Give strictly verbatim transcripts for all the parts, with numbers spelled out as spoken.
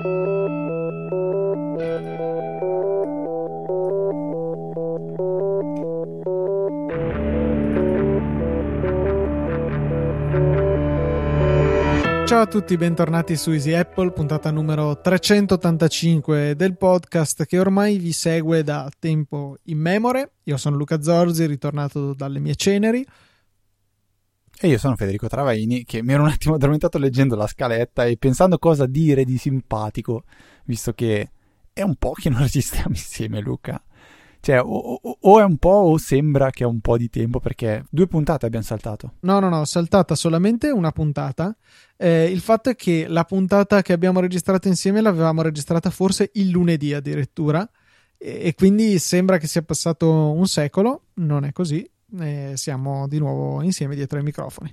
Ciao a tutti, bentornati su Easy Apple, puntata numero trecentottantacinque del podcast che ormai vi segue da tempo immemore. Io sono Luca Zorzi, ritornato dalle mie ceneri. E io sono Federico Travaini, che mi ero un attimo addormentato leggendo la scaletta e pensando cosa dire di simpatico, visto che è un po' che non registriamo insieme, Luca. Cioè, o, o, o è un po' o sembra che è un po' di tempo, perché due puntate abbiamo saltato. No, no, no, saltata solamente una puntata. Eh, il fatto è che la puntata che abbiamo registrato insieme l'avevamo registrata forse il lunedì addirittura, e, e quindi sembra che sia passato un secolo. Non è così, eh, siamo di nuovo insieme dietro ai microfoni.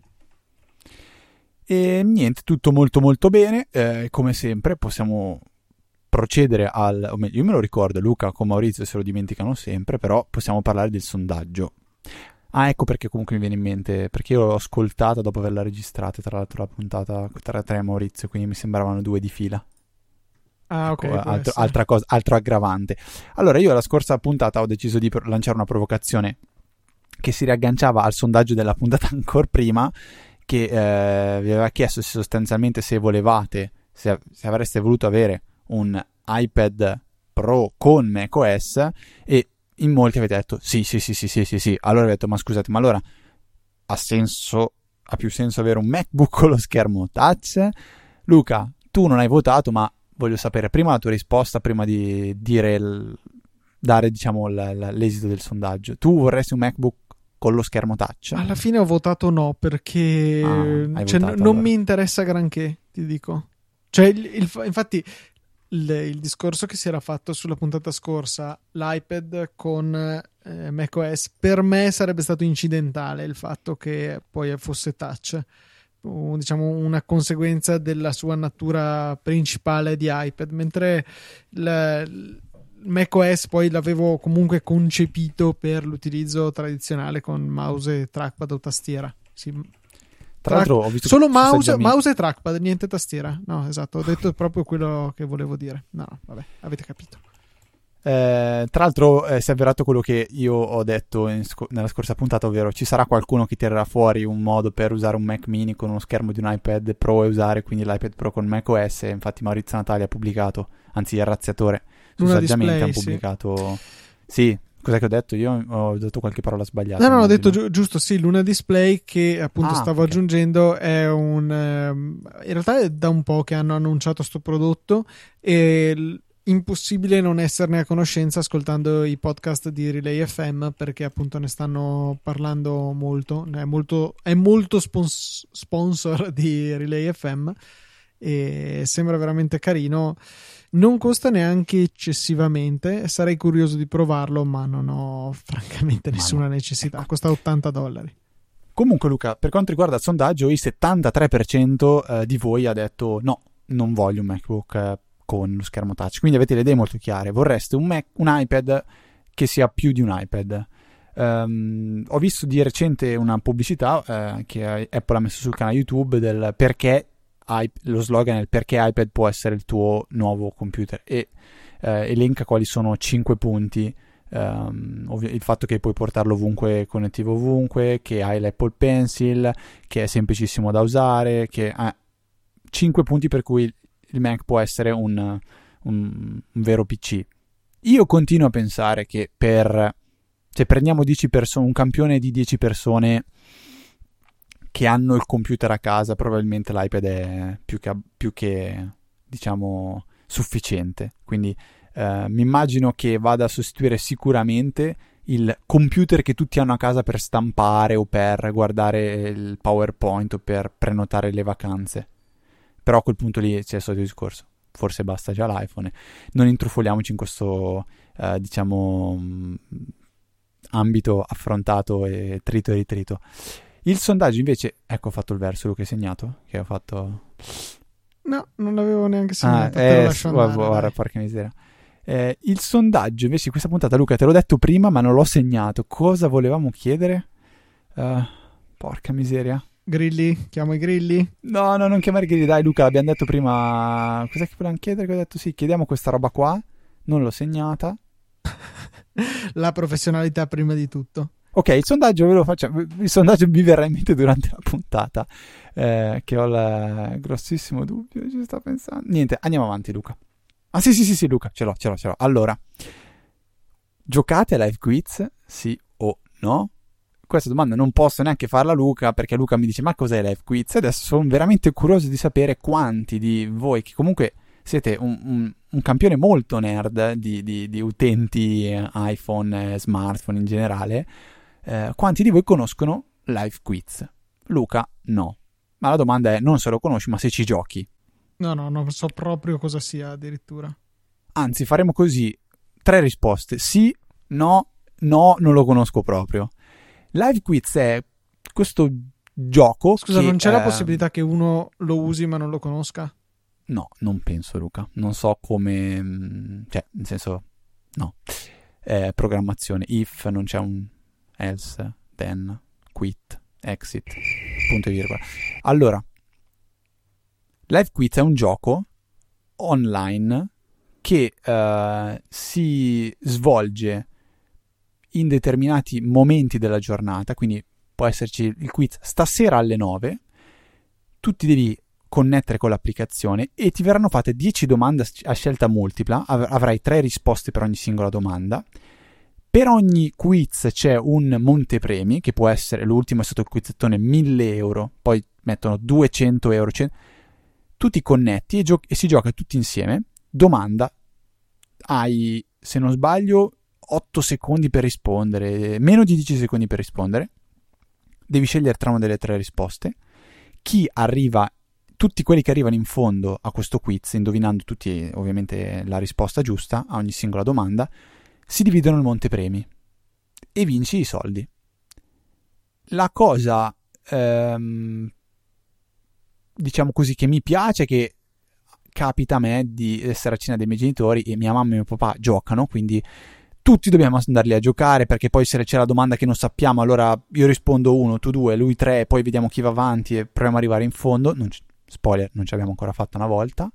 E niente, tutto molto molto bene, eh, come sempre possiamo procedere al, o meglio, io me lo ricordo, Luca con Maurizio se lo dimenticano sempre, però possiamo parlare del sondaggio. Ah, ecco perché comunque mi viene in mente, perché io l'ho ascoltata dopo averla registrata, tra l'altro la puntata tra te e Maurizio, quindi mi sembravano due di fila. Ah, ok. Ecco, altro, altra cosa, altro aggravante. Allora, io la scorsa puntata ho deciso di lanciare una provocazione che si riagganciava al sondaggio della puntata ancora prima, che eh, vi aveva chiesto se sostanzialmente se volevate, se, se avreste voluto avere un iPad Pro con macOS, e in molti avete detto sì sì sì sì sì sì sì. Allora ho detto, ma scusate, ma allora ha senso, ha più senso avere un MacBook con lo schermo touch? Luca, tu non hai votato, ma voglio sapere prima la tua risposta, prima di dire il, dare diciamo l, l, l'esito del sondaggio. Tu vorresti un MacBook con lo schermo touch? Alla fine ho votato no, perché ah, cioè, votato, non allora. mi interessa granché, ti dico. Cioè, il, il, infatti il, il discorso che si era fatto sulla puntata scorsa, l'iPad con eh, macOS, per me sarebbe stato incidentale il fatto che poi fosse touch, o, diciamo una conseguenza della sua natura principale di iPad, mentre il, macOS poi l'avevo comunque concepito per l'utilizzo tradizionale con mouse e trackpad o tastiera. Sì. Tra l'altro ho visto solo mouse, mouse e trackpad, niente tastiera. No, esatto, ho detto proprio quello che volevo dire. No, vabbè, avete capito. Eh, tra l'altro eh, si è avverato quello che io ho detto in sc- nella scorsa puntata, ovvero ci sarà qualcuno che tirerà fuori un modo per usare un Mac mini con uno schermo di un iPad Pro e usare quindi l'iPad Pro con macOS. E infatti Maurizio Natali ha pubblicato, anzi il razziatore su Luna Saggiamente Display, ha pubblicato sì. sì Cos'è che ho detto? Io ho detto qualche parola sbagliata. No, no, ho detto gi- giusto, sì, Luna Display, che appunto ah, stavo okay. aggiungendo, è un... Um, in realtà è da un po' che hanno annunciato sto prodotto e l- impossibile non esserne a conoscenza ascoltando i podcast di Relay F M, perché appunto ne stanno parlando molto. È molto, è molto spons- sponsor di Relay F M e sembra veramente carino. Non costa neanche eccessivamente, sarei curioso di provarlo, ma non ho francamente nessuna no. necessità. Ecco. Costa ottanta dollari. Comunque Luca, per quanto riguarda il sondaggio, il settantatré per cento eh, di voi ha detto no, non voglio un MacBook eh, con lo schermo touch. Quindi avete le idee molto chiare. Vorreste un, Mac, un iPad che sia più di un iPad. Um, ho visto di recente una pubblicità eh, che Apple ha messo sul canale YouTube del perché lo slogan è il perché iPad può essere il tuo nuovo computer, e eh, elenca quali sono cinque punti. Um, ovvi- il fatto che puoi portarlo ovunque, connettivo ovunque, che hai l'Apple Pencil, che è semplicissimo da usare, che ha cinque punti per cui il Mac può essere un, un, un vero P C. Io continuo a pensare che per se prendiamo dieci persone, un campione di dieci persone che hanno il computer a casa, probabilmente l'iPad è più che, più che diciamo sufficiente. Quindi eh, mi immagino che vada a sostituire sicuramente il computer che tutti hanno a casa per stampare o per guardare il PowerPoint o per prenotare le vacanze. Però a quel punto lì c'è il solito discorso, forse basta già l'iPhone. Non intrufoliamoci in questo eh, diciamo mh, ambito affrontato e trito e ritrito. Il sondaggio invece, ecco, ho fatto il verso, Luca, hai segnato? Che ho fatto... No, non l'avevo neanche segnato, ah, te lo eh, lascio andare. Guarda, porca miseria. Eh, il sondaggio invece di questa puntata, Luca, te l'ho detto prima ma non l'ho segnato. Cosa volevamo chiedere? Uh, porca miseria. Grilli? Chiamo i grilli? No, no, non chiamare grilli, dai Luca, l'abbiamo detto prima. Cos'è che volevamo chiedere? Che ho detto sì, chiediamo questa roba qua, non l'ho segnata. La professionalità prima di tutto. Ok, il sondaggio ve lo facciamo. Il sondaggio mi verrà in mente durante la puntata, eh, che ho il grossissimo dubbio, ci sto pensando. Niente, andiamo avanti Luca. Ah sì sì sì sì Luca, ce l'ho, ce l'ho, ce l'ho. Allora, giocate a live quiz, sì o no? Questa domanda non posso neanche farla a Luca, perché Luca mi dice ma cos'è live quiz? Adesso sono veramente curioso di sapere quanti di voi, che comunque siete un, un, un campione molto nerd di, di, di utenti iPhone, smartphone in generale, eh, quanti di voi conoscono live quiz? Luca no, ma la domanda è non se lo conosci ma se ci giochi. No, no, non so proprio cosa sia addirittura. Anzi, faremo così, tre risposte, sì, no, no, non lo conosco proprio. Live quiz è questo gioco. Scusa, che, non c'è eh, la possibilità che uno lo usi ma non lo conosca? No, non penso Luca, non so come, cioè, nel senso, no. Eh, programmazione, if, non c'è un else, then, quit, exit, punto e virgola. Allora, Live Quiz è un gioco online che uh, si svolge in determinati momenti della giornata, quindi può esserci il quiz stasera alle nove, tu ti devi connettere con l'applicazione e ti verranno fatte dieci domande a scelta multipla, av- avrai tre risposte per ogni singola domanda. Per ogni quiz c'è un montepremi, che può essere, l'ultimo è stato il quizzettone mille euro, poi mettono duecento euro, cento. Tu ti connetti e, gio- e si gioca tutti insieme. Domanda, hai, se non sbaglio, otto secondi per rispondere, meno di dieci secondi per rispondere. Devi scegliere tra una delle tre risposte. Chi arriva, tutti quelli che arrivano in fondo a questo quiz, indovinando tutti ovviamente la risposta giusta a ogni singola domanda, si dividono il montepremi e vinci i soldi. La cosa, ehm, diciamo così, che mi piace, che capita a me di essere a cena dei miei genitori e mia mamma e mio papà giocano, quindi tutti dobbiamo andarli a giocare, perché poi se c'è la domanda che non sappiamo, allora io rispondo uno, tu due, lui tre, poi vediamo chi va avanti e proviamo ad arrivare in fondo. Non c- spoiler, non ci abbiamo ancora fatto una volta.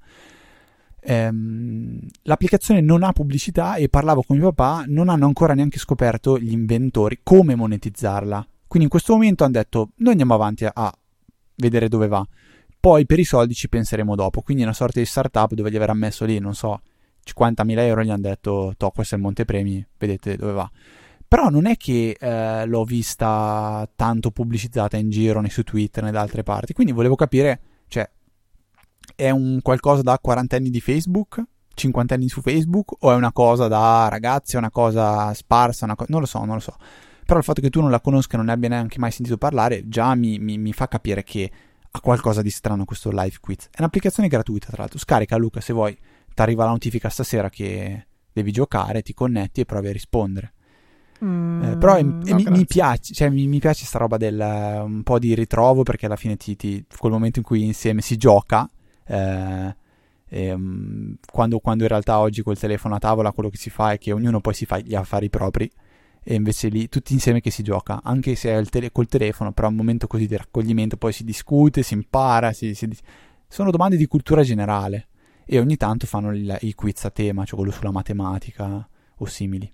Ehm, l'applicazione non ha pubblicità e parlavo con mio papà, non hanno ancora neanche scoperto gli inventori come monetizzarla, quindi in questo momento hanno detto noi andiamo avanti a, a vedere dove va, poi per i soldi ci penseremo dopo, quindi è una sorta di startup dove gli avrà messo lì, non so, cinquantamila euro, gli hanno detto to, questo è il montepremi, vedete dove va. Però non è che eh, l'ho vista tanto pubblicizzata in giro né su Twitter né da altre parti, quindi volevo capire, cioè, è un qualcosa da quarantenni di Facebook, cinquantenni su Facebook, o è una cosa da ragazzi, è una cosa sparsa, una co- non lo so, non lo so. Però il fatto che tu non la conosca e non ne abbia neanche mai sentito parlare già mi, mi, mi fa capire che ha qualcosa di strano questo live quiz. È un'applicazione gratuita, tra l'altro. Scarica, Luca, se vuoi, ti arriva la notifica stasera che devi giocare, ti connetti e provi a rispondere. Mm, eh, però è, no, mi, mi piace, cioè mi, mi piace sta roba del uh, un po' di ritrovo, perché alla fine ti, ti quel momento in cui insieme si gioca, eh, e, um, quando, quando in realtà oggi col telefono a tavola quello che si fa è che ognuno poi si fa gli affari propri, e invece lì tutti insieme che si gioca, anche se è il tele- col telefono, però è un momento così di raccoglimento, poi si discute, si impara, si, si, sono domande di cultura generale, e ogni tanto fanno il, il quiz a tema, cioè quello sulla matematica o simili.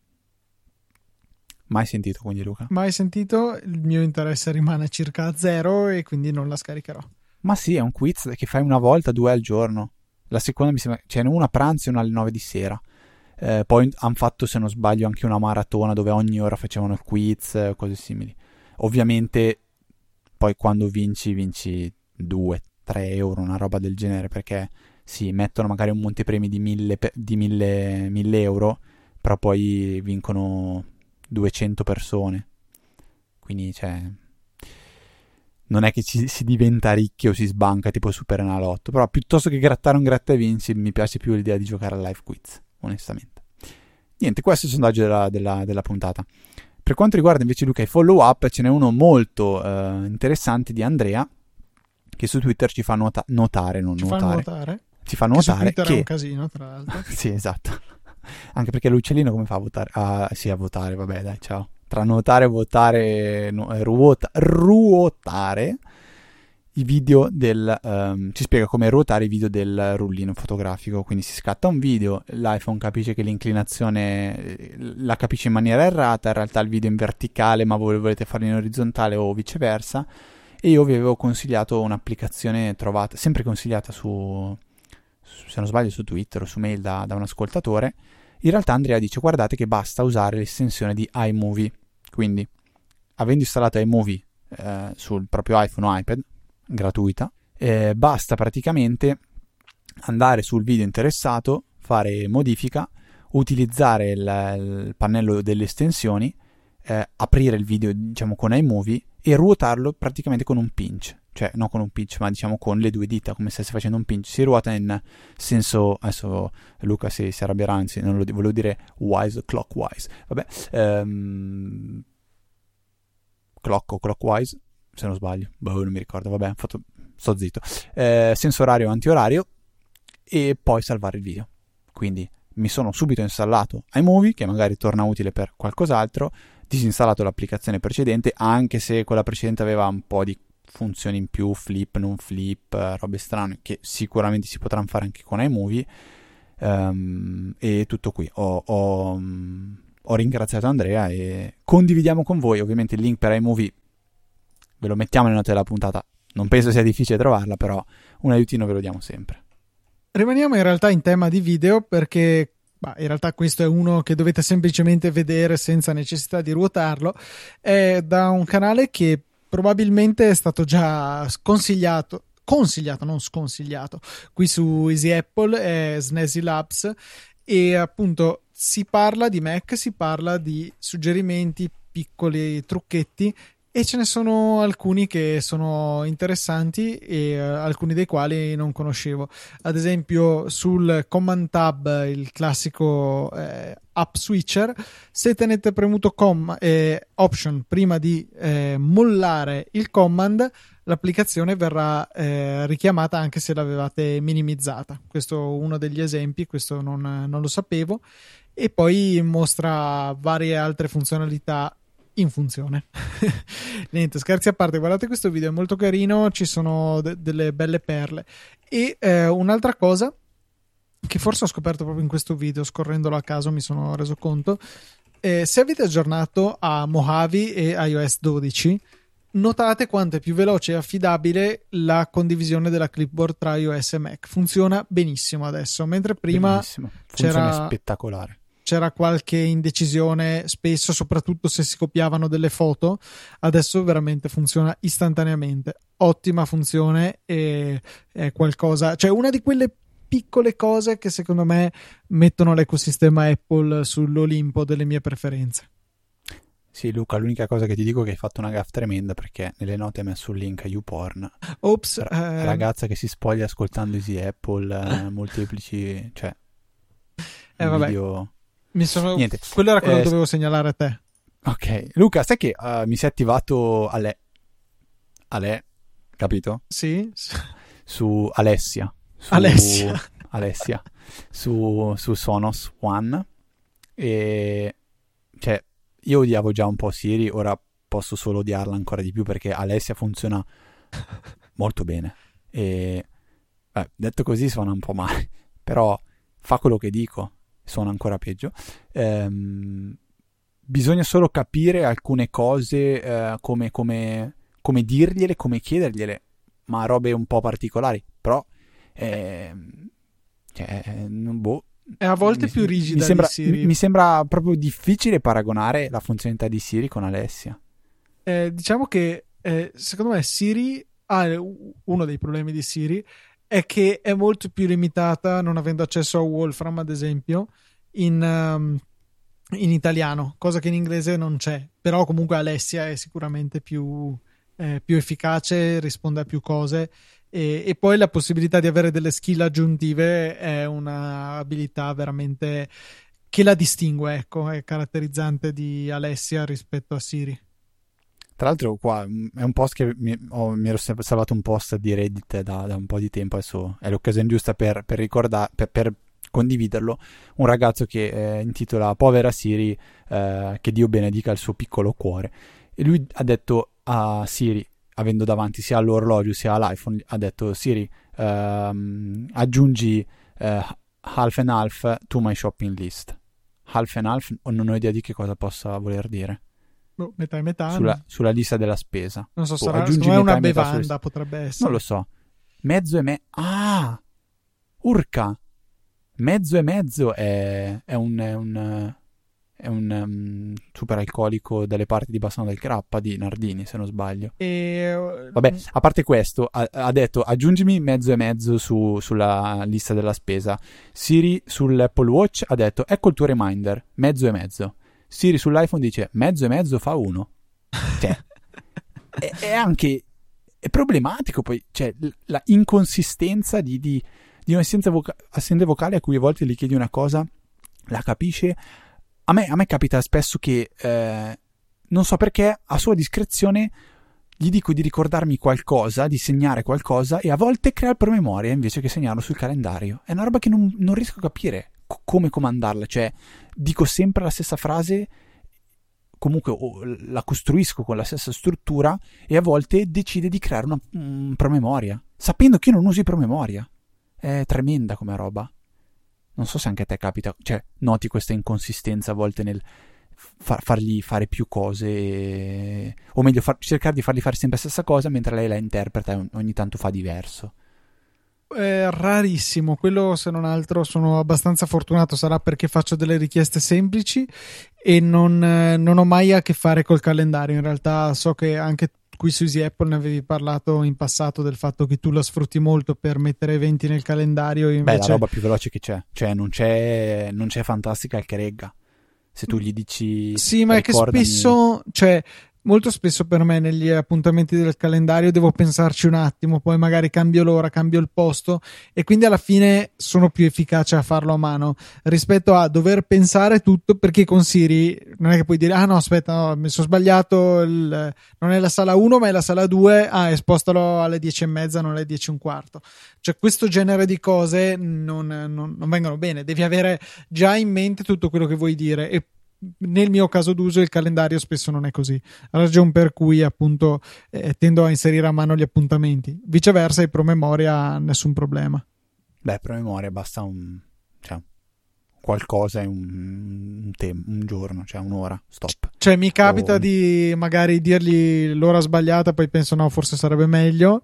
Mai sentito, quindi, Luca? Mai sentito, il mio interesse rimane circa a zero e quindi non la scaricherò. Ma sì, è un quiz che fai una volta, due al giorno. La seconda mi sembra, c'è cioè una a pranzo e una alle nove di sera. Eh, poi hanno fatto, se non sbaglio, anche una maratona dove ogni ora facevano il quiz, cose simili. Ovviamente poi quando vinci, vinci due tre euro, una roba del genere, perché sì, mettono magari un montepremi di mille, di mille, mille euro, però poi vincono duecento persone. Quindi, cioè, non è che ci, si diventa ricchi o si sbanca tipo Super Enalotto, però piuttosto che grattare un gratta e vinci mi piace più l'idea di giocare al live quiz, onestamente. Niente, questo è il sondaggio della, della, della puntata. Per quanto riguarda invece Luca i follow up, ce n'è uno molto eh, interessante di Andrea, che su Twitter ci fa nota- notare non ci nuotare, fa nuotare ci fa notare che, che è un casino, tra l'altro. sì, esatto, anche perché l'uccellino come fa a votare? Ah, sì, a votare, vabbè, dai, ciao, tra nuotare, vuotare, nu- ruota- ruotare i video del um, ci spiega come ruotare i video del rullino fotografico. Quindi si scatta un video, l'iPhone capisce che l'inclinazione la capisce in maniera errata, in realtà il video è in verticale ma voi volete farlo in orizzontale o viceversa, e io vi avevo consigliato un'applicazione trovata, sempre consigliata su, su se non sbaglio su Twitter o su mail da, da un ascoltatore. In realtà Andrea dice: guardate che basta usare l'estensione di iMovie. Quindi, avendo installato iMovie eh, sul proprio iPhone o iPad, gratuita, eh, basta praticamente andare sul video interessato, fare modifica, utilizzare il, il pannello delle estensioni, eh, aprire il video diciamo con iMovie e ruotarlo praticamente con un pinch, cioè non con un pinch ma diciamo con le due dita, come se stessi facendo un pinch. Si ruota in senso, adesso Luca si, si arrabbierà, anzi non lo volevo dire wise, clockwise, vabbè, ehm, clock o clockwise se non sbaglio, boh, non mi ricordo, vabbè, fatto, sto zitto, eh, senso orario antiorario, e poi salvare il video. Quindi mi sono subito installato iMovie, che magari torna utile per qualcos'altro, disinstallato l'applicazione precedente, anche se quella precedente aveva un po' di funzioni in più, flip, non flip, robe strane, che sicuramente si potranno fare anche con iMovie, um, e tutto qui. Ho, ho, ho ringraziato Andrea e condividiamo con voi, ovviamente il link per iMovie ve lo mettiamo nelle note della puntata, non penso sia difficile trovarla, però un aiutino ve lo diamo sempre. Rimaniamo in realtà in tema di video, perché bah, in realtà questo è uno che dovete semplicemente vedere senza necessità di ruotarlo. È da un canale che probabilmente è stato già consigliato, consigliato, non sconsigliato, qui su Easy Apple, è Snazzy Labs, e appunto si parla di Mac, si parla di suggerimenti, piccoli trucchetti, e ce ne sono alcuni che sono interessanti e uh, alcuni dei quali non conoscevo. Ad esempio sul Command Tab, il classico eh, app switcher, se tenete premuto com, eh, Option prima di eh, mollare il command, l'applicazione verrà eh, richiamata anche se l'avevate minimizzata. Questo è uno degli esempi, questo non, non lo sapevo. E poi mostra varie altre funzionalità in funzione. Niente, scherzi a parte, guardate questo video, è molto carino, ci sono de- delle belle perle. E eh, un'altra cosa che forse ho scoperto proprio in questo video, scorrendolo a caso mi sono reso conto, eh, se avete aggiornato a Mojave e iOS dodici, notate quanto è più veloce e affidabile la condivisione della clipboard tra iOS e Mac. Funziona benissimo adesso, mentre prima benissimo. Funziona c'era spettacolare. c'era qualche indecisione spesso, soprattutto se si copiavano delle foto. Adesso veramente funziona istantaneamente, ottima funzione, e è qualcosa, cioè una di quelle piccole cose che secondo me mettono l'ecosistema Apple sull'Olimpo delle mie preferenze. Sì, Luca, l'unica cosa che ti dico è che hai fatto una gaffe tremenda, perché nelle note hai messo un link a YouPorn. Ops, R- eh... ragazza che si spoglia ascoltando Easy Apple, eh, molteplici, cioè eh, un vabbè. video. Mi sono... Niente. Quello era quello eh, che dovevo segnalare a te. Ok, Luca, sai che uh, mi si è attivato Ale, Ale, capito? Sì. Su Alessia. Su Alessia. Alessia. Su, su Sonos One. E cioè, io odiavo già un po' Siri, ora posso solo odiarla ancora di più perché Alessia funziona molto bene. E eh, detto così suona un po' male, però fa quello che dico. Suona ancora peggio. Ehm, bisogna solo capire alcune cose, eh, come, come, come dirgliele, come chiedergliele, ma robe un po' particolari. Però, ehm, cioè, boh, è a volte mi, più rigida mi sembra, di Siri. Mi, mi sembra proprio difficile paragonare la funzionalità di Siri con Alessia. Eh, diciamo che eh, secondo me Siri ha uno dei problemi di Siri è che è molto più limitata, non avendo accesso a Wolfram ad esempio, in, um, in italiano, cosa che in inglese non c'è. Però comunque Alessia è sicuramente più, eh, più efficace, risponde a più cose, e, e poi la possibilità di avere delle skill aggiuntive è un'abilità veramente che la distingue, ecco, è caratterizzante di Alessia rispetto a Siri. Tra l'altro qua è un post che mi, oh, mi ero salvato un post di Reddit da, da un po' di tempo, adesso è l'occasione giusta per, per ricordare, per, per condividerlo, un ragazzo che eh, intitola Povera Siri, eh, che Dio benedica il suo piccolo cuore, e lui ha detto a Siri, avendo davanti sia l'orologio sia l'iPhone, ha detto: Siri, ehm, aggiungi eh, half and half to my shopping list. Half and half non ho idea di che cosa possa voler dire. Oh, metà e metà sulla, sulla lista della spesa. non so, oh, sarà aggiungi è una metà e metà bevanda sulle... potrebbe essere, non lo so, mezzo e me ah urca mezzo e mezzo è, è un è un è un um, super alcolico dalle parti di Bassano del Grappa di Nardini, se non sbaglio. E... vabbè, a parte questo, ha, ha detto aggiungimi mezzo e mezzo su, sulla lista della spesa. Siri sull'Apple Watch ha detto ecco il tuo reminder, mezzo e mezzo. Siri sull'iPhone dice mezzo e mezzo fa uno. Cioè è, è anche è problematico poi, cioè la inconsistenza di, di, di un assistente, voca- assistente vocale a cui a volte gli chiedi una cosa, la capisce. A me, a me capita spesso che eh, non so perché a sua discrezione gli dico di ricordarmi qualcosa, di segnare qualcosa, e a volte crea il promemoria invece che segnarlo sul calendario. È una roba che non, non riesco a capire co- come comandarla. Cioè dico sempre la stessa frase, comunque oh, la costruisco con la stessa struttura, e a volte decide di creare una, un promemoria sapendo che io non uso i promemoria. È tremenda come roba. Non so se anche a te capita, cioè noti questa inconsistenza a volte nel far, fargli fare più cose, e... o meglio far, cercare di fargli fare sempre la stessa cosa mentre lei la interpreta e ogni tanto fa diverso. È rarissimo, quello se non altro sono abbastanza fortunato, sarà perché faccio delle richieste semplici e non, non ho mai a che fare col calendario. In realtà so che anche qui su Easy Apple ne avevi parlato in passato del fatto che tu la sfrutti molto per mettere eventi nel calendario. Invece... Beh, la roba più veloce che c'è, cioè non c'è, non c'è fantastica che regga. Se tu gli dici sì, ma è che spesso, cioè molto spesso per me negli appuntamenti del calendario devo pensarci un attimo, poi magari cambio l'ora, cambio il posto, e quindi alla fine sono più efficace a farlo a mano rispetto a dover pensare tutto, perché con Siri non è che puoi dire ah no aspetta no, mi sono sbagliato, il, non è la sala uno ma è la sala due, ah e spostalo alle dieci e mezza, non alle dieci e un quarto. Cioè questo genere di cose non, non, non vengono bene, devi avere già in mente tutto quello che vuoi dire, e nel mio caso d'uso il calendario spesso non è così, ragion per cui appunto eh, tendo a inserire a mano gli appuntamenti. Viceversa i promemoria nessun problema. Beh, promemoria basta un, cioè, qualcosa in un, un, tem- un giorno, cioè un'ora, stop. Cioè mi capita o... di magari dirgli l'ora sbagliata, poi penso no forse sarebbe meglio,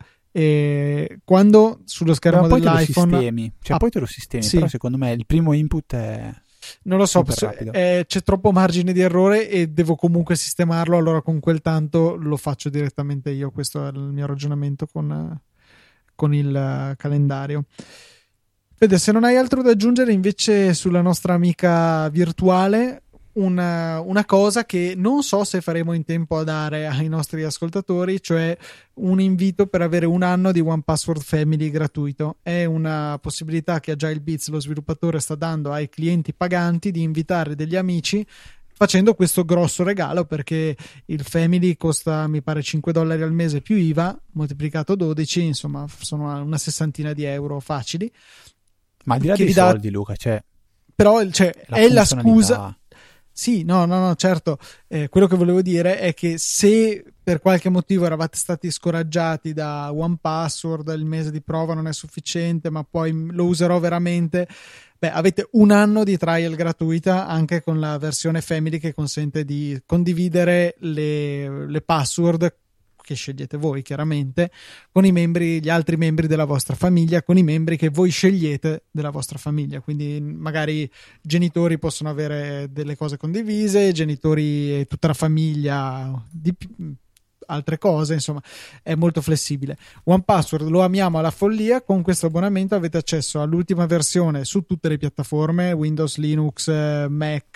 e quando sullo schermo poi dell'iPhone te lo sistemi, cioè ah, poi te lo sistemi, sì. Però secondo me il primo input è non lo so, eh, c'è troppo margine di errore e devo comunque sistemarlo, allora con quel tanto lo faccio direttamente io. Questo è il mio ragionamento con, con il uh, calendario. Vede, se non hai altro da aggiungere invece sulla nostra amica virtuale, una, una cosa che non so se faremo in tempo a dare ai nostri ascoltatori, cioè un invito per avere un anno di one password Family gratuito. È una possibilità che AgileBeats, lo sviluppatore, sta dando ai clienti paganti di invitare degli amici facendo questo grosso regalo, perché il Family costa mi pare cinque dollari al mese più I V A moltiplicato dodici, insomma sono una sessantina di euro facili. Ma al di là dei dà... soldi, Luca, cioè però cioè, la è la scusa. Sì, no, no, no, certo. Eh, quello che volevo dire è che se per qualche motivo eravate stati scoraggiati da one password, il mese di prova non è sufficiente, ma poi lo userò veramente, beh, avete un anno di trial gratuita anche con la versione Family, che consente di condividere le, le password che scegliete voi chiaramente con i membri, gli altri membri della vostra famiglia, con i membri che voi scegliete della vostra famiglia. Quindi magari genitori possono avere delle cose condivise, genitori e tutta la famiglia di altre cose, insomma è molto flessibile. One Password lo amiamo alla follia. Con questo abbonamento avete accesso all'ultima versione su tutte le piattaforme Windows, Linux, Mac,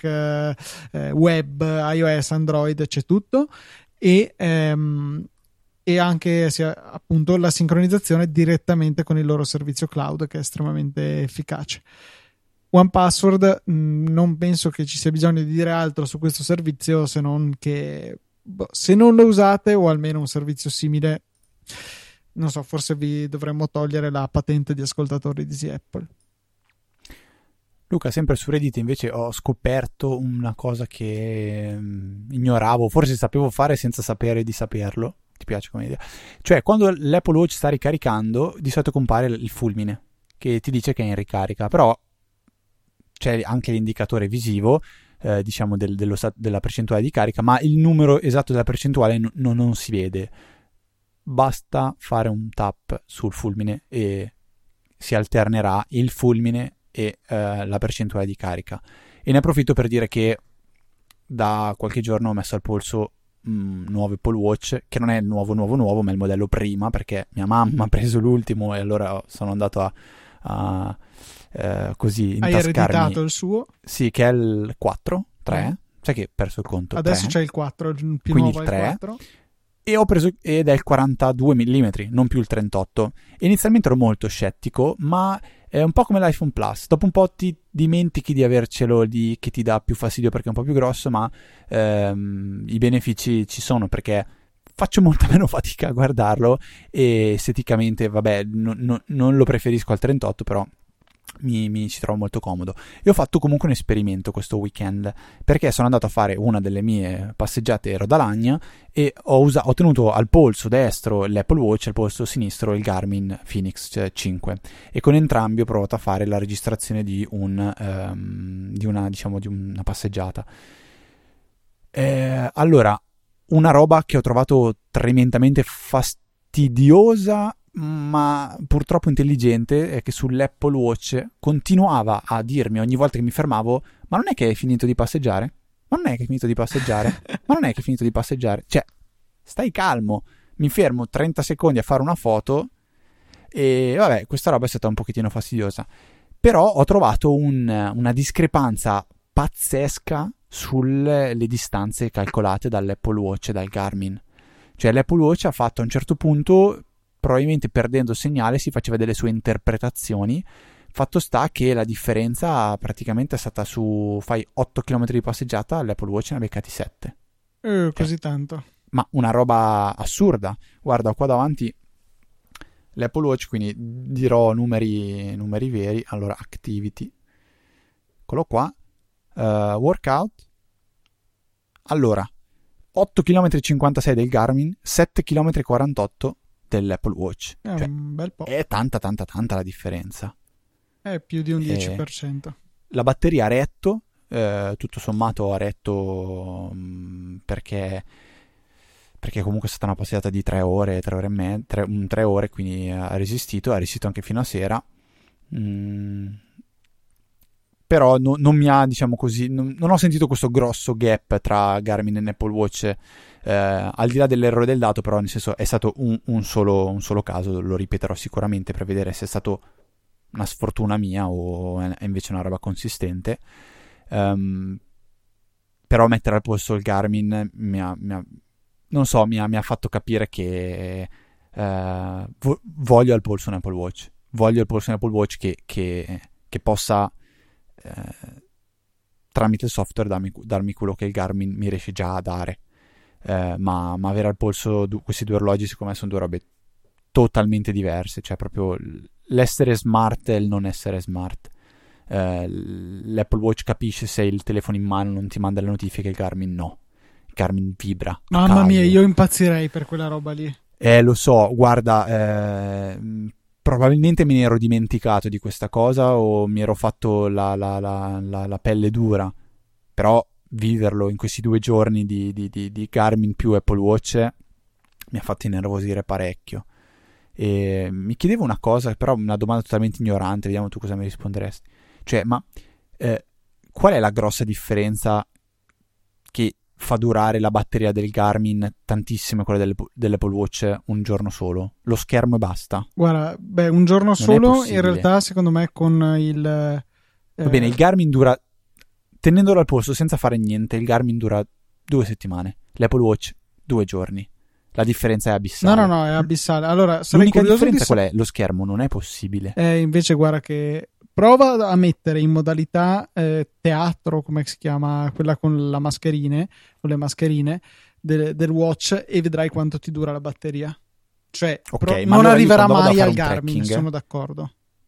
web, iOS, Android, c'è tutto, e ehm, e anche sia, appunto la sincronizzazione direttamente con il loro servizio cloud, che è estremamente efficace. one password, mh, non penso che ci sia bisogno di dire altro su questo servizio, se non che boh, se non lo usate, o almeno un servizio simile, non so, forse vi dovremmo togliere la patente di ascoltatori di Easy Apple. Luca, sempre su Reddit invece ho scoperto una cosa che mh, ignoravo, forse sapevo fare senza sapere di saperlo. Ti piace come idea? Cioè, quando l'Apple Watch sta ricaricando, di solito compare il fulmine che ti dice che è in ricarica, però c'è anche l'indicatore visivo, eh, diciamo, del, dello, della percentuale di carica, ma il numero esatto della percentuale no, no, non si vede. Basta fare un tap sul fulmine e si alternerà il fulmine e eh, la percentuale di carica. E ne approfitto per dire che da qualche giorno ho messo al polso un nuovo Apple Watch, che non è il nuovo nuovo nuovo, ma il modello prima, perché mia mamma ha preso l'ultimo e allora sono andato a, a eh, così intascarmi. Hai ereditato il suo? Sì, che è il quattro, tre, eh. Sai che ho perso il conto. Adesso tre. c'è il quattro, il più Quindi nuovo il è il tre. quattro. E ho preso, ed è il quarantadue millimetri, non più il trentotto. Inizialmente ero molto scettico, ma è un po' come l'iPhone Plus. Dopo un po' ti dimentichi di avercelo lì, che ti dà più fastidio perché è un po' più grosso, ma ehm, i benefici ci sono, perché faccio molta meno fatica a guardarlo e esteticamente, vabbè, no, no, non lo preferisco al trentotto, però Mi, mi ci trovo molto comodo. E ho fatto comunque un esperimento questo weekend, perché sono andato a fare una delle mie passeggiate a Rodalagna e ho, usato, ho tenuto al polso destro l'Apple Watch e al polso sinistro il Garmin Fenix cinque, e con entrambi ho provato a fare la registrazione di, un, um, di, una, diciamo, di una passeggiata. Eh, allora, una roba che ho trovato tremendamente fastidiosa ma purtroppo intelligente è che sull'Apple Watch continuava a dirmi ogni volta che mi fermavo: ma non è che hai finito di passeggiare? Ma non è che hai finito di passeggiare? Ma non è che hai finito di passeggiare? Cioè, stai calmo. Mi fermo trenta secondi a fare una foto e vabbè, questa roba è stata un pochettino fastidiosa, però ho trovato un, una discrepanza pazzesca sulle le distanze calcolate dall'Apple Watch e dal Garmin. Cioè l'Apple Watch ha fatto a un certo punto, probabilmente perdendo segnale, si faceva delle sue interpretazioni. Fatto sta che la differenza praticamente è stata su, fai otto chilometri di passeggiata, l'Apple Watch ne ha beccati sette. Eh, così cioè, tanto. Ma una roba assurda. Guarda, qua davanti l'Apple Watch, quindi dirò numeri, numeri veri. Allora, activity. Eccolo qua. Uh, workout. Allora, otto chilometri e cinquantasei del Garmin, sette chilometri e quarantotto dell'Apple Watch. È cioè, un bel po'. È tanta tanta tanta la differenza. È più di un E dieci per cento. La batteria ha retto, eh, tutto sommato ha retto mh, perché perché comunque è stata una passeggiata di tre ore, tre ore e mezza, tre, tre ore, quindi ha resistito, ha resistito anche fino a sera. Mm. Però no, non mi ha, diciamo così, non, non ho sentito questo grosso gap tra Garmin e Apple Watch, eh, al di là dell'errore del dato, però nel senso è stato un, un, solo, un solo caso, lo ripeterò sicuramente per vedere se è stato una sfortuna mia o è invece una roba consistente. Um, però mettere al posto il Garmin mi ha, mi ha, non so, mi ha, mi ha fatto capire che uh, vo- voglio al polso un Apple Watch, voglio al polso un Apple Watch che, che, che possa Eh, tramite il software darmi, darmi quello che il Garmin mi riesce già a dare, eh, ma, ma avere al polso du- questi due orologi secondo me sono due robe totalmente diverse, cioè proprio l'essere smart e il non essere smart. eh, l'Apple Watch capisce se il telefono in mano non ti manda le notifiche, il Garmin no, il Garmin vibra. Mamma mia, io impazzirei per quella roba lì. Eh, lo so, guarda, eh, probabilmente me ne ero dimenticato di questa cosa o mi ero fatto la, la, la, la, la pelle dura, però viverlo in questi due giorni di, di, di, di Garmin più Apple Watch mi ha fatto innervosire parecchio. E mi chiedevo una cosa, però una domanda totalmente ignorante, vediamo tu cosa mi risponderesti. Cioè, ma eh, qual è la grossa differenza che fa durare la batteria del Garmin tantissimo quella delle, dell'Apple Watch un giorno solo? Lo schermo e basta? Guarda, beh, un giorno non solo in realtà secondo me con il eh... va bene, il Garmin dura, tenendolo al polso senza fare niente, il Garmin dura due settimane, l'Apple Watch due giorni. La differenza è abissale. No, no, no, è abissale. Allora, sarei l'unica curioso differenza di... qual è? Lo schermo, non è possibile. Eh, invece guarda che prova a mettere in modalità eh, teatro, come si chiama, quella con la mascherine, con le mascherine del, del watch, e vedrai quanto ti dura la batteria. Cioè, Ok, pro- ma non allora arriverà mai al un Garmin, tracking, sono d'accordo.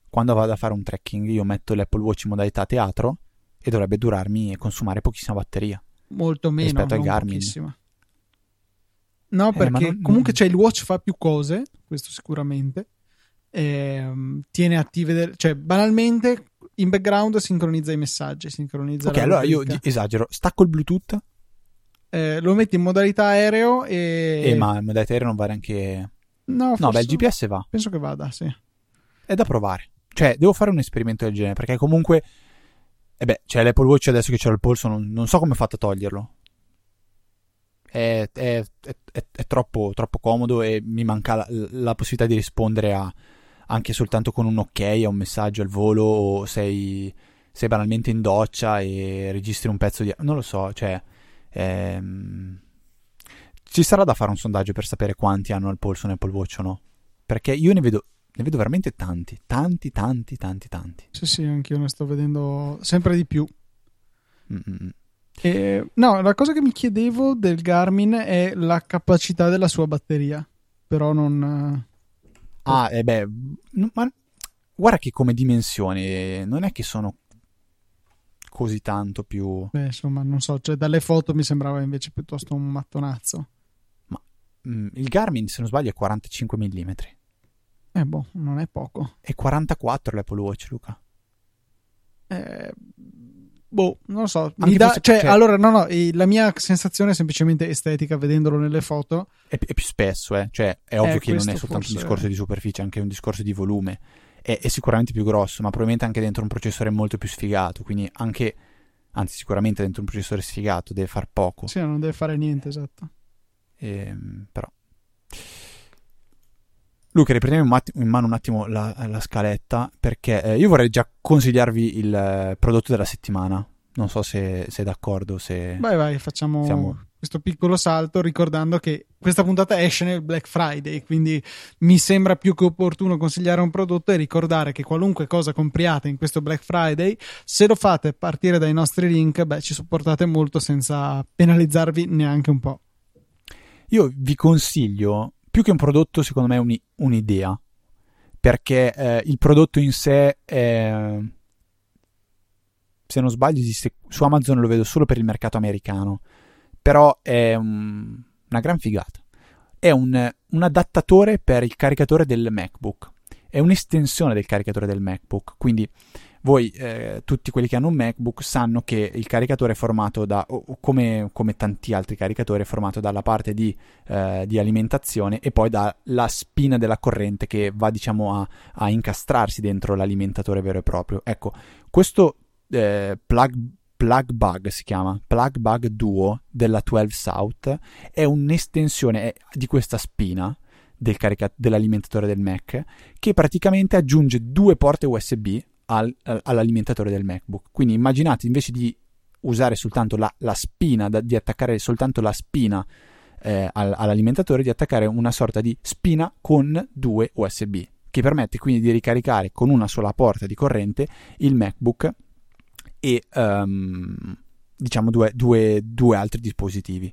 quando vado a fare un trekking io metto l'Apple Watch in modalità teatro e dovrebbe durarmi e consumare pochissima batteria. Molto meno, rispetto al non Garmin. pochissima. No, Eh, perché ma non- comunque non- c'è il watch fa più cose, questo sicuramente. Ehm, tiene attive, del- cioè banalmente in background sincronizza i messaggi, sincronizza Ok, la allora io rubrica. di- esagero, stacco il Bluetooth Eh, lo metti in modalità aereo e... e ma in modalità aereo non va neanche... No, No, beh, il forse- G P S va. penso che vada, sì. È da provare. Cioè, devo fare un esperimento del genere, perché comunque... E beh, c'è l'Apple Watch adesso che c'è il polso, non, non so come è fatto a toglierlo. È, è- è- è- è troppo, troppo comodo e mi manca la, la possibilità di rispondere a anche soltanto con un ok a un messaggio al volo, o sei, sei banalmente in doccia e registri un pezzo di... Non lo so, cioè... ehm, ci sarà da fare un sondaggio per sapere quanti hanno il polso un Apple Watch o no. Perché io ne vedo, ne vedo veramente tanti, tanti, tanti, tanti, tanti. Sì, sì, anch'io ne sto vedendo sempre di più. Mm-mm. E, no, la cosa che mi chiedevo del Garmin è la capacità della sua batteria, però non... Ah, e beh, n- ma guarda che come dimensioni non è che sono così tanto più... Beh, insomma, non so, cioè dalle foto mi sembrava invece piuttosto un mattonazzo. Mm, il Garmin, se non sbaglio, è quarantacinque millimetri. Eh, boh, non è poco. E quarantaquattro l'Apple Watch, Luca. Eh, boh, non lo so. Mi Anche dà, forse- cioè, cioè- allora, no, no, eh, la mia sensazione è semplicemente estetica vedendolo nelle foto. È, è più spesso, eh. Cioè, è ovvio Eh, che non è questo soltanto un forse- discorso di superficie, è anche un discorso di volume. È, è sicuramente più grosso, ma probabilmente anche dentro un processore molto più sfigato. Quindi anche, anzi, sicuramente dentro un processore sfigato deve far poco. Sì, non deve fare niente, esatto. Ehm, però. Luca, riprendiamo in, atti- in mano un attimo la, la scaletta, perché eh, io vorrei già consigliarvi il eh, prodotto della settimana. Non so se sei d'accordo, se... Vai, vai, facciamo Siamo- questo piccolo salto ricordando che questa puntata esce nel Black Friday, quindi mi sembra più che opportuno consigliare un prodotto e ricordare che qualunque cosa compriate in questo Black Friday, se lo fate partire dai nostri link, beh, ci supportate molto senza penalizzarvi neanche un po'. Io vi consiglio, più che un prodotto, secondo me, uni- un'idea, perché eh, il prodotto in sé è... Se non sbaglio esiste su Amazon, lo vedo solo per il mercato americano, però è un- una gran figata. È un, un adattatore per il caricatore del MacBook, è un'estensione del caricatore del MacBook, quindi voi, eh, tutti quelli che hanno un MacBook, sanno che il caricatore è formato da, o- o come, come tanti altri caricatori, è formato dalla parte di, eh, di alimentazione e poi dalla spina della corrente che va, diciamo, a, a incastrarsi dentro l'alimentatore vero e proprio. Ecco, questo eh, plug, plug bug si chiama Plug Bug Duo della dodici South, è un'estensione è di questa spina del carica- dell'alimentatore del Mac, che praticamente aggiunge due porte U S B al, all'alimentatore del MacBook. Quindi immaginate, invece di usare soltanto la, la spina, da, di attaccare soltanto la spina eh, all, all'alimentatore, di attaccare una sorta di spina con due U S B, che permette quindi di ricaricare con una sola porta di corrente il MacBook e um, diciamo due, due, due altri dispositivi.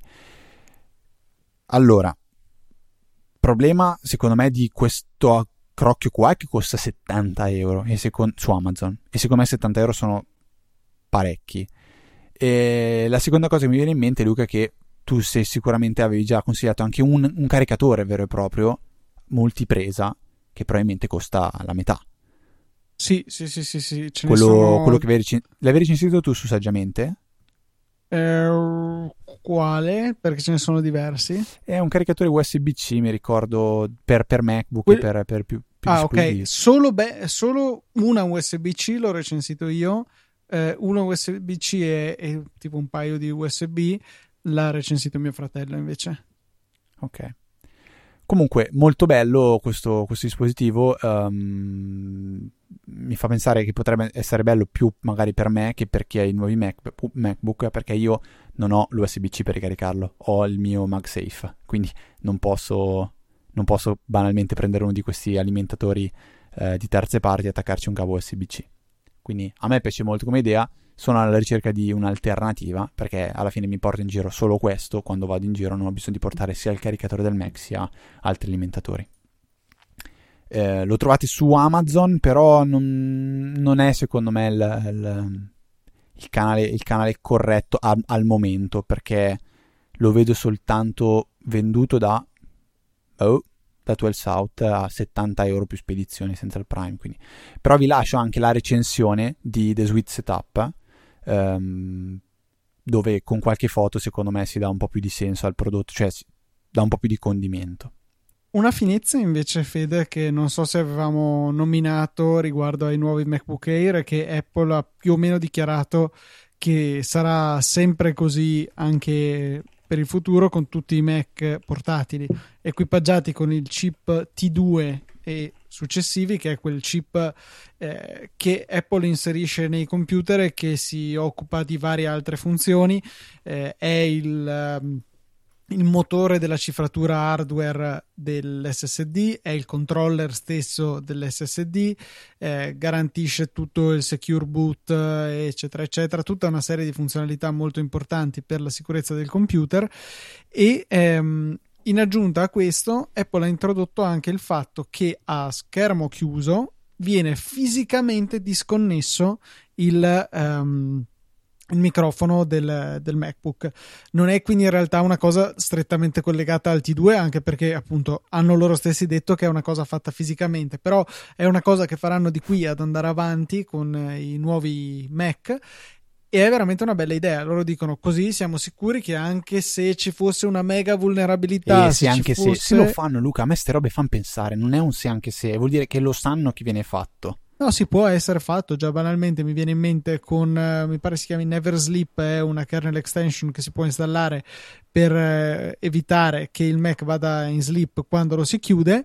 Allora, problema secondo me di questo crocchio qua è che costa settanta euro e secon- su Amazon, e secondo me settanta euro sono parecchi. E la seconda cosa che mi viene in mente, Luca, è che tu sei, sicuramente avevi già consigliato anche un, un caricatore vero e proprio multipresa che probabilmente costa la metà. Sì, sì, sì, sì, sì. Ce Quello, ne sono... quello che avevi, recen- l'avevi recensito tu su Saggiamente? Eh, quale? Perché ce ne sono diversi. È un caricatore U S B C, mi ricordo, per, per MacBook Que- e per, per più, più Ah, dispositivi. ok. Solo, be- solo una U S B C l'ho recensito io. Eh, una U S B C e, e tipo un paio di U S B l'ha recensito mio fratello invece. Ok. Comunque, molto bello questo, questo dispositivo. Um, mi fa pensare che potrebbe essere bello più magari per me che per chi ha i nuovi Mac, MacBook, perché io non ho l'U S B C per ricaricarlo, ho il mio MagSafe, quindi non posso, non posso banalmente prendere uno di questi alimentatori eh, di terze parti e attaccarci un cavo U S B C. Quindi a me piace molto come idea. Sono alla ricerca di un'alternativa, perché alla fine mi porto in giro solo questo. Quando vado in giro non ho bisogno di portare sia il caricatore del Mac sia altri alimentatori. Eh, lo trovate su Amazon, però non, non è secondo me il, il, il, canale, il canale corretto a, al momento, perché lo vedo soltanto venduto da oh, da twelve South a settanta euro più spedizioni senza il Prime. Quindi. Però vi lascio anche la recensione di The Sweet Setup, ehm, dove con qualche foto secondo me si dà un po' più di senso al prodotto, cioè si dà un po' più di condimento. Una finezza invece, Fede, che non so se avevamo nominato riguardo ai nuovi MacBook Air, è che Apple ha più o meno dichiarato che sarà sempre così anche per il futuro con tutti i Mac portatili equipaggiati con il chip T due e successivi, che è quel chip eh, che Apple inserisce nei computer e che si occupa di varie altre funzioni. Eh, è il um, il motore della cifratura hardware dell'S S D, è il controller stesso dell'S S D, eh, garantisce tutto il secure boot, eccetera eccetera, tutta una serie di funzionalità molto importanti per la sicurezza del computer. E ehm, in aggiunta a questo, Apple ha introdotto anche il fatto che a schermo chiuso viene fisicamente disconnesso il um, il microfono del, del MacBook. Non è quindi in realtà una cosa strettamente collegata al T due, anche perché appunto hanno loro stessi detto che è una cosa fatta fisicamente, però è una cosa che faranno di qui ad andare avanti con i nuovi Mac, e è veramente una bella idea. Loro dicono così siamo sicuri che anche se ci fosse una mega vulnerabilità, eh, se sì, anche fosse... se, se lo fanno, Luca, a me ste robe fanno pensare, non è un se anche se, vuol dire che lo sanno che viene fatto. No, si può essere fatto, già banalmente mi viene in mente con, uh, mi pare si chiami Never Sleep, è una kernel extension che si può installare per uh, evitare che il Mac vada in sleep quando lo si chiude.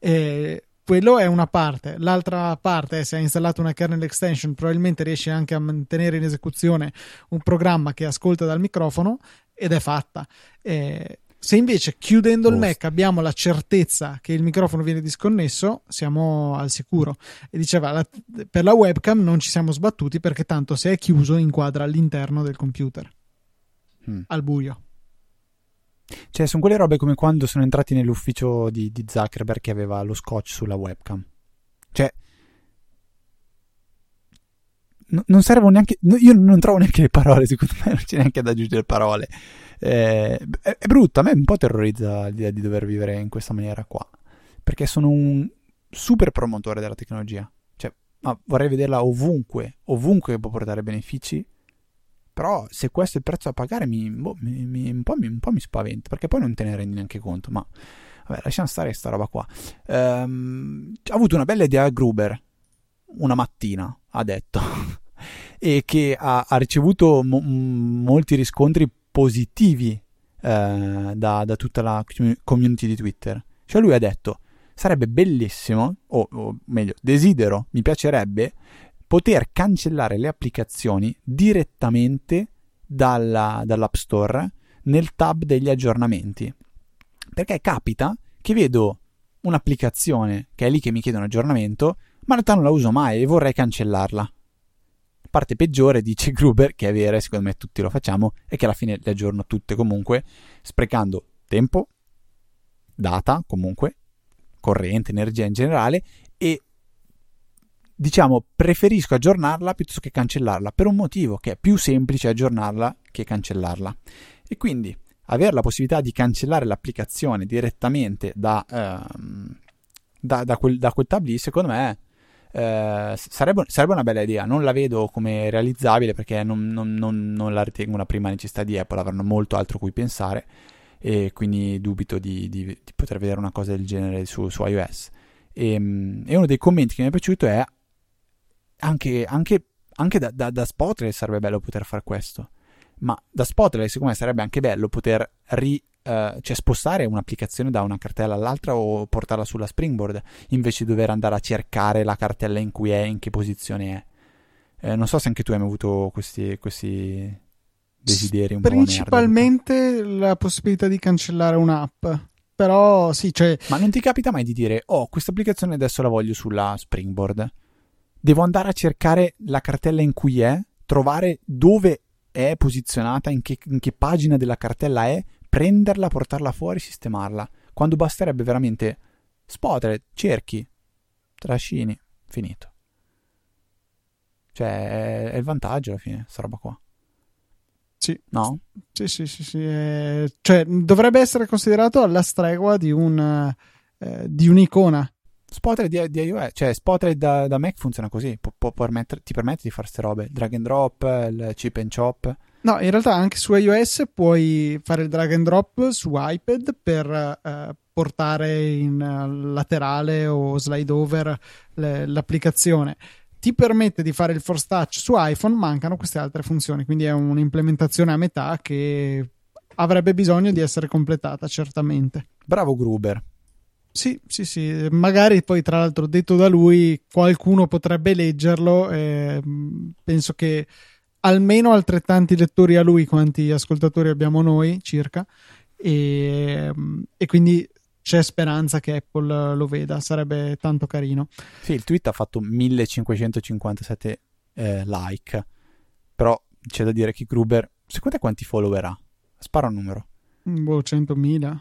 Eh, quello è una parte. L'altra parte è se hai installato una kernel extension, probabilmente riesci anche a mantenere in esecuzione un programma che ascolta dal microfono, ed è fatta. Eh, Se invece chiudendo il Mac abbiamo la certezza che il microfono viene disconnesso, siamo al sicuro. E diceva, la, per la webcam non ci siamo sbattuti perché tanto se è chiuso inquadra all'interno del computer, hmm. al buio. Cioè sono quelle robe come quando sono entrati nell'ufficio di, di Zuckerberg che aveva lo scotch sulla webcam. Cioè no, non servono neanche, no, io non trovo neanche le parole, secondo me non c'è neanche da aggiungere parole. Eh, è, è brutto, a me un po' terrorizza l'idea di dover vivere in questa maniera qua, perché sono un super promotore della tecnologia, cioè ma vorrei vederla ovunque, ovunque può portare benefici, però se questo è il prezzo da pagare mi, boh, mi, mi, un, po', mi, un po' mi spaventa, perché poi non te ne rendi neanche conto. Ma vabbè, lasciamo stare sta roba qua. Ehm, ha avuto una bella idea Gruber una mattina, ha detto e che ha, ha ricevuto mo- molti riscontri positivi eh, da, da tutta la community di Twitter. Cioè lui ha detto sarebbe bellissimo, o, o meglio desidero, mi piacerebbe poter cancellare le applicazioni direttamente dalla, dall'App Store nel tab degli aggiornamenti, perché capita che vedo un'applicazione che è lì che mi chiede un aggiornamento, ma in realtà non la uso mai e vorrei cancellarla. Parte peggiore, dice Gruber, che è vera, secondo me tutti lo facciamo, è che alla fine le aggiorno tutte comunque, sprecando tempo, data comunque, corrente, energia in generale, e diciamo preferisco aggiornarla piuttosto che cancellarla, per un motivo che è più semplice aggiornarla che cancellarla. E quindi avere la possibilità di cancellare l'applicazione direttamente da, ehm, da, da, quel, da quel tab lì, secondo me eh, sarebbe, sarebbe una bella idea. Non la vedo come realizzabile perché non, non, non, non la ritengo una prima necessità di Apple, avranno molto altro cui pensare e quindi dubito di, di, di poter vedere una cosa del genere su, su iOS. E, e uno dei commenti che mi è piaciuto è anche, anche, anche da, da, da Spotlight sarebbe bello poter fare questo, ma da Spotlight secondo me sarebbe anche bello poter ri, uh, cioè spostare un'applicazione da una cartella all'altra o portarla sulla Springboard invece di dover andare a cercare la cartella in cui è, in che posizione è. Eh, non so se anche tu hai mai avuto questi, questi desideri un principalmente po' nerd, la possibilità di cancellare un'app. Però sì, cioè... Ma non ti capita mai di dire oh, questa applicazione adesso la voglio sulla Springboard, devo andare a cercare la cartella in cui è, trovare dove è posizionata, in che, in che pagina della cartella è, prenderla, portarla fuori, sistemarla, quando basterebbe veramente Spotlight, cerchi, trascini, finito. Cioè, è il vantaggio alla fine, sta roba qua. Sì. No? Sì, sì, sì, sì. Eh, cioè, dovrebbe essere considerato alla stregua di un eh, di un'icona. Spotlight di, di iOS, cioè Spotlight da, da Mac funziona così, può, può permettere, ti permette di fare ste robe, drag and drop, il chip and chop. No, in realtà anche su iOS puoi fare il drag and drop su iPad per eh, portare in uh, laterale o slide over le, l'applicazione. Ti permette di fare il force touch su iPhone, mancano queste altre funzioni, quindi è un'implementazione a metà che avrebbe bisogno di essere completata, certamente. Bravo Gruber. Sì, sì, sì, magari poi tra l'altro detto da lui qualcuno potrebbe leggerlo, eh, penso che almeno altrettanti lettori a lui quanti ascoltatori abbiamo noi circa, e, e quindi c'è speranza che Apple lo veda, sarebbe tanto carino. Sì, il tweet ha fatto millecinquecentocinquantasette eh, like, però c'è da dire che Gruber, secondo te quanti follower ha? Spara un numero. Boh, centomila.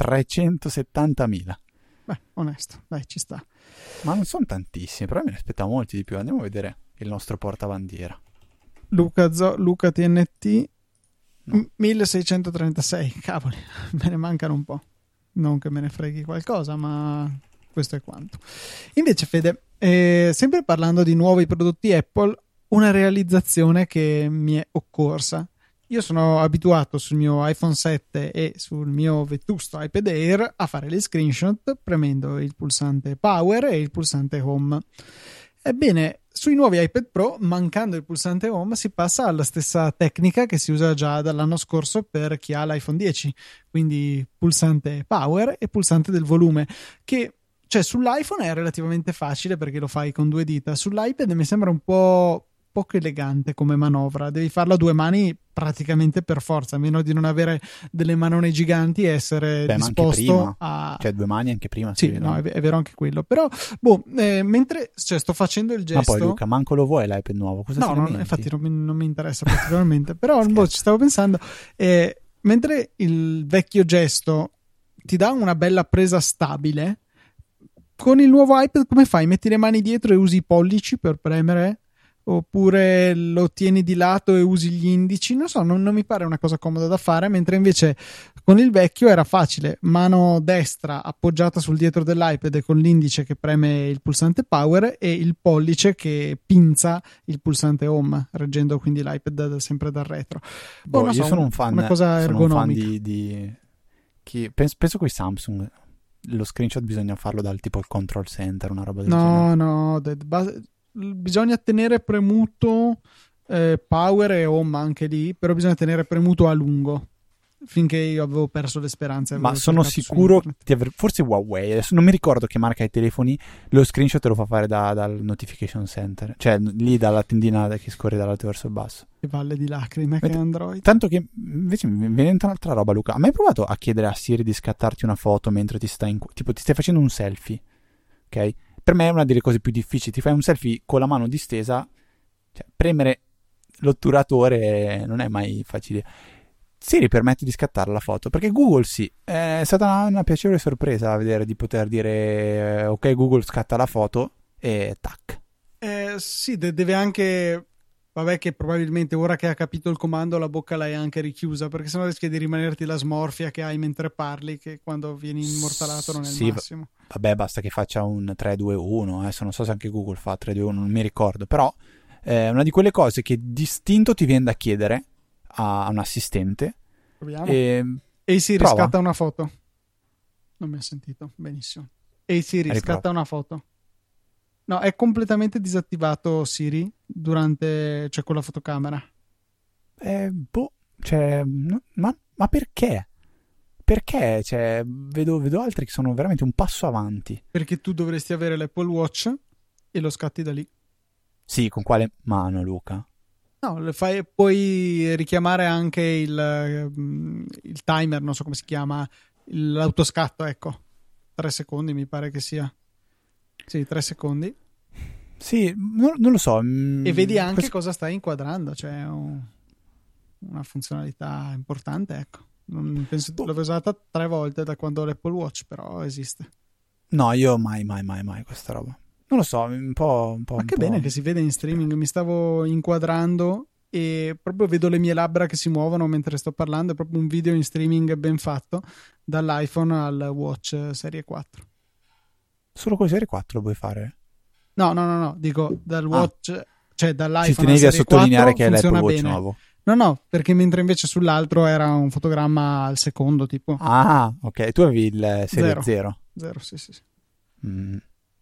trecentosettantamila. Beh, onesto, dai, ci sta. Ma non sono tantissimi, però me ne aspettavo molti di più. Andiamo a vedere il nostro portabandiera. Luca, Zo- Luca T N T No. m- milleseicentotrentasei, cavoli, me ne mancano un po'. Non che me ne freghi qualcosa, ma questo è quanto. Invece, Fede, eh, sempre parlando di nuovi prodotti Apple, una realizzazione che mi è occorsa. Io sono abituato sul mio iPhone sette e sul mio vetusto iPad Air a fare gli screenshot premendo il pulsante Power e il pulsante Home. Ebbene, sui nuovi iPad Pro, mancando il pulsante Home, si passa alla stessa tecnica che si usa già dall'anno scorso per chi ha l'iPhone dieci, quindi pulsante Power e pulsante del volume, che cioè sull'iPhone è relativamente facile perché lo fai con due dita, sull'iPad mi sembra un po' poco elegante come manovra, devi farlo a due mani praticamente per forza, a meno di non avere delle manone giganti e essere Beh, ma anche disposto prima. a... Cioè due mani anche prima. Sì, si no, vedono. è, è vero anche quello, però boh, eh, mentre cioè, sto facendo il Ma gesto... poi Luca, manco lo vuoi l'iPad nuovo? Cosa No, ti no, lamenti? infatti non mi, non mi interessa particolarmente, però boh, ci stavo pensando, eh, mentre il vecchio gesto ti dà una bella presa stabile, con il nuovo iPad come fai? Metti le mani dietro e usi i pollici per premere? Oppure lo tieni di lato e usi gli indici? Non so, non, non mi pare una cosa comoda da fare, mentre invece con il vecchio era facile, mano destra appoggiata sul dietro dell'iPad e con l'indice che preme il pulsante Power e il pollice che pinza il pulsante Home, reggendo quindi l'iPad da, sempre dal retro. Boh, Oh, non io so, sono un fan, una cosa sono un fan ergonomica. di, di chi, penso, penso con i Samsung lo screenshot bisogna farlo dal tipo il control center, una roba del genere. No, no, de- bas- bisogna tenere premuto eh, Power e Home anche lì, però bisogna tenere premuto a lungo, finché io avevo perso le speranze. Ma avevo sono cercato su sicuro internet. di aver, forse Huawei, adesso non mi ricordo che marca i telefoni, lo screenshot te lo fa fare da- dal notification center, cioè lì dalla tendina che scorre dall'alto verso il basso. Che valle di lacrime che Mentre- è Android. Tanto che invece mi viene un'altra roba, Luca. Hai mai provato a chiedere a Siri di scattarti una foto mentre ti stai in, tipo ti stai facendo un selfie, ok? Per me è una delle cose più difficili. Ti fai un selfie con la mano distesa, cioè premere l'otturatore non è mai facile. Siri permette di scattare la foto, perché Google sì, è stata una, una piacevole sorpresa vedere di poter dire eh, ok Google scatta la foto e tac. Eh, sì, de- deve anche... Vabbè che probabilmente ora che ha capito il comando la bocca l'hai anche richiusa, perché sennò rischia di rimanerti la smorfia che hai mentre parli, che quando vieni immortalato non è il Sì, massimo. Vabbè, basta che faccia un tre due uno, adesso non so se anche Google fa tre due uno, non mi ricordo, però è una di quelle cose che distinto ti viene da chiedere a un assistente. Proviamo. E Ehi Siri, prova. scatta una foto. Non mi ha sentito, benissimo. Ehi Siri, Riprova. scatta una foto. No, è completamente disattivato Siri durante, cioè con la fotocamera. Eh, boh, cioè, no, ma, ma perché? Perché? Cioè, vedo, vedo altri che sono veramente un passo avanti. Perché tu dovresti avere l'Apple Watch e lo scatti da lì. Sì, con quale mano, Luca? No, le fai, puoi richiamare anche il, ehm, il timer, non so come si chiama, l'autoscatto, ecco. Tre secondi mi pare che sia. Sì, tre secondi. Sì, non, non lo so. mm, E vedi anche questo- cosa stai inquadrando, cioè è un- una funzionalità importante, ecco. Non penso l'avevo usata tre volte da quando ho l'Apple Watch, però esiste. No, io mai, mai, mai, mai questa roba. non lo so, un po'... Un po' Ma un che po'... bene che si vede in streaming, mi stavo inquadrando e proprio vedo le mie labbra che si muovono mentre sto parlando, è proprio un video in streaming ben fatto dall'iPhone al Watch Serie quattro. Solo con Serie quattro lo puoi fare? No, no, no, no, dico dal Watch, ah. cioè dall'iPhone ci tenevi al a Serie sottolineare quattro che è l'Apple Watch bene. nuovo. No, no, perché mentre invece sull'altro era un fotogramma al secondo tipo. Ah, ok, tu avevi il Serie zero. Zero, sì, sì, sì. Mm.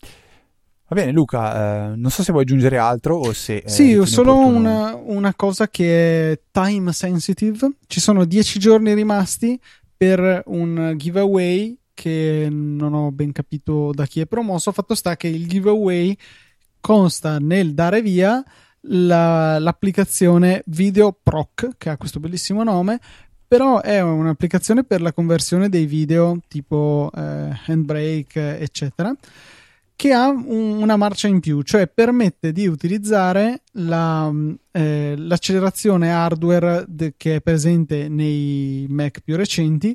Va bene Luca, eh, non so se vuoi aggiungere altro o se... Eh, sì, ho solo opportuno... una, una cosa che è time sensitive. Ci sono dieci giorni rimasti per un giveaway che non ho ben capito da chi è promosso. Fatto sta che il giveaway consta nel dare via la, l'applicazione VideoProc, che ha questo bellissimo nome, però è un'applicazione per la conversione dei video tipo eh, Handbrake eccetera, che ha un, una marcia in più, cioè permette di utilizzare la, eh, l'accelerazione hardware de, che è presente nei Mac più recenti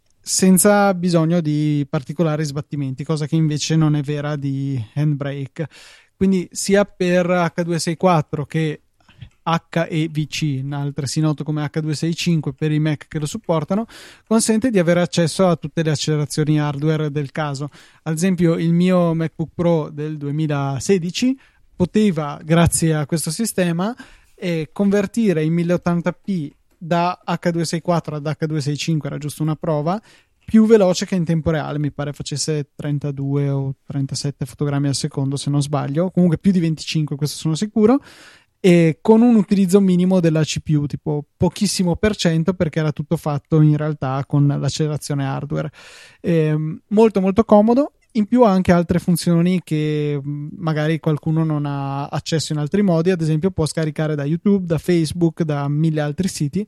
senza bisogno di particolari sbattimenti, cosa che invece non è vera di Handbrake. Quindi sia per acca duecentosessantaquattro che H E V C, altresì noto come acca duecentosessantacinque per i Mac che lo supportano, consente di avere accesso a tutte le accelerazioni hardware del caso. Ad esempio il mio MacBook Pro del duemilasedici poteva, grazie a questo sistema, eh, convertire in mille ottanta p da acca duecentosessantaquattro ad acca duecentosessantacinque, era giusto una prova, più veloce che in tempo reale, mi pare facesse trentadue o trentasette fotogrammi al secondo se non sbaglio, comunque più di venticinque, questo sono sicuro, e con un utilizzo minimo della C P U, tipo pochissimo per cento, perché era tutto fatto in realtà con l'accelerazione hardware. E, molto molto comodo. In più ha anche altre funzioni che magari qualcuno non ha accesso in altri modi, ad esempio può scaricare da YouTube, da Facebook, da mille altri siti,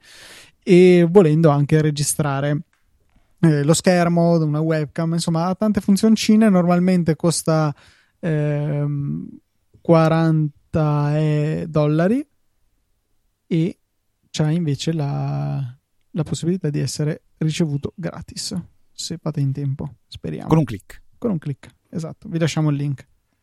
e volendo anche registrare eh, lo schermo, una webcam, insomma ha tante funzioncine. Normalmente costa ehm, quaranta dollari e c'ha invece la, la possibilità di essere ricevuto gratis se fate in tempo, speriamo, con un click con un click, esatto. Vi lasciamo il link.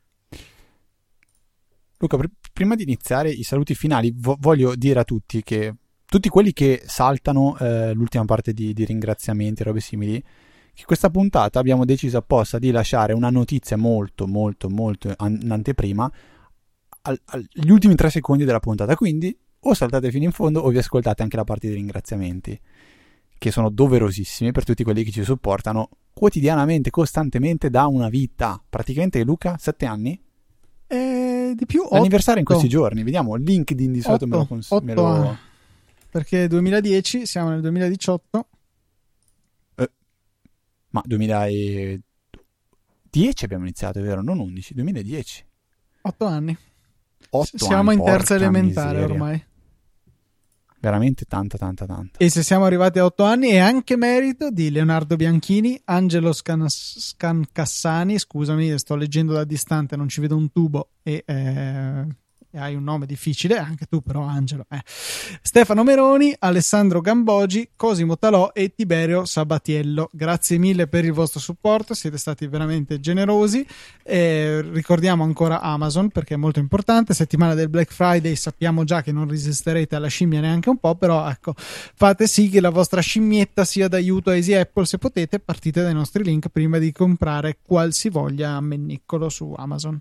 Luca, pr- prima di iniziare i saluti finali vo- voglio dire a tutti che tutti quelli che saltano eh, l'ultima parte di, di ringraziamenti e robe simili, che questa puntata abbiamo deciso apposta di lasciare una notizia molto molto molto an- in anteprima al- agli ultimi tre secondi della puntata, quindi o saltate fino in fondo o vi ascoltate anche la parte di ringraziamenti, che sono doverosissimi per tutti quelli che ci supportano quotidianamente, costantemente, da una vita. Praticamente, Luca, sette anni? Eh, di più, l'anniversario in questi giorni. Vediamo, LinkedIn di solito me lo consiglio. Perché duemiladieci, siamo nel duemiladiciotto. Eh, ma duemiladieci abbiamo iniziato, è vero? Non undici, duemiladieci. Otto anni. Otto siamo anni, in terza elementare miseria. ormai. Veramente tanta tanta tanta. E se siamo arrivati a otto anni è anche merito di Leonardo Bianchini, Angelo Scan- Scancassani, scusami, sto leggendo da distante, non ci vedo un tubo, e eh, hai un nome difficile, anche tu però Angelo, eh. Stefano Meroni, Alessandro Gambogi, Cosimo Talò e Tiberio Sabatiello. Grazie mille per il vostro supporto, siete stati veramente generosi. Eh, ricordiamo ancora Amazon perché è molto importante. Settimana del Black Friday, sappiamo già che non resisterete alla scimmia neanche un po', però ecco, fate sì che la vostra scimmietta sia d'aiuto a Easy Apple. Se potete, partite dai nostri link prima di comprare qualsivoglia ammenniccolo su Amazon.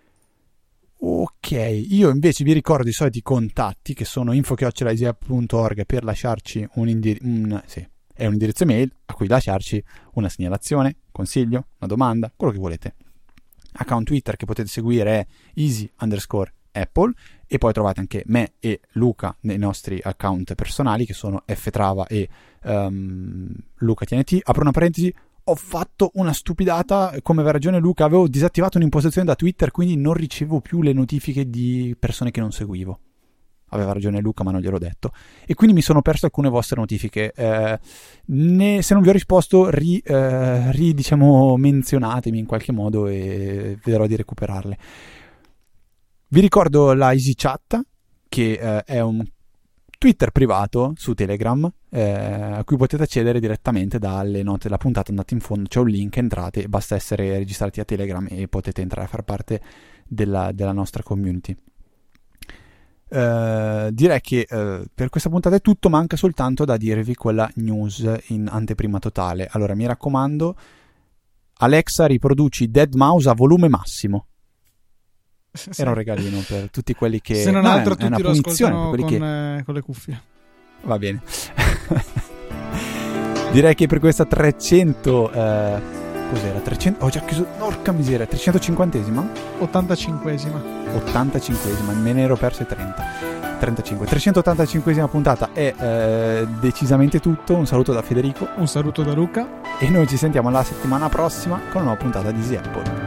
Ok, io invece vi ricordo i soliti contatti che sono info chiocciola easy app punto org per lasciarci un, indi- un, sì, è un indirizzo mail a cui lasciarci una segnalazione, consiglio, una domanda, quello che volete. Account Twitter che potete seguire è easy underscore apple, e poi trovate anche me e Luca nei nostri account personali che sono ftrava e um, lucatnt. Apro una parentesi, ho fatto una stupidata, come aveva ragione Luca, avevo disattivato un'impostazione da Twitter, quindi non ricevo più le notifiche di persone che non seguivo. Aveva ragione Luca, ma non gliel'ho detto. E quindi mi sono perso alcune vostre notifiche. Eh, ne, se non vi ho risposto, ri, eh, ri, diciamo, menzionatemi in qualche modo e vedrò di recuperarle. Vi ricordo la EasyChat, che eh, è un Twitter privato su Telegram, eh, a cui potete accedere direttamente dalle note della puntata. Andate in fondo, c'è un link, entrate, basta essere registrati a Telegram e potete entrare a far parte della, della nostra community. Uh, direi che uh, per questa puntata è tutto, manca soltanto da dirvi quella news in anteprima totale. Allora, mi raccomando, Alexa, riproduci deadmau five a volume massimo. Sì. Era un regalino per tutti quelli che... Se non no, altro è, tutti è una lo punizione ascoltano per quelli con, che... eh, con le cuffie. Va bene. Direi che per questa trecento... Uh, cos'era? trecento... Oh, già chiuso... Porca miseria, trecentocinquantesima? ottantacinquesima. ottantacinquesima, me ne ero perso trenta. trentacinque. trecentottantacinquesima puntata è eh, decisamente tutto. Un saluto da Federico. Un saluto da Luca. E noi ci sentiamo la settimana prossima con una nuova puntata di Easy Apple.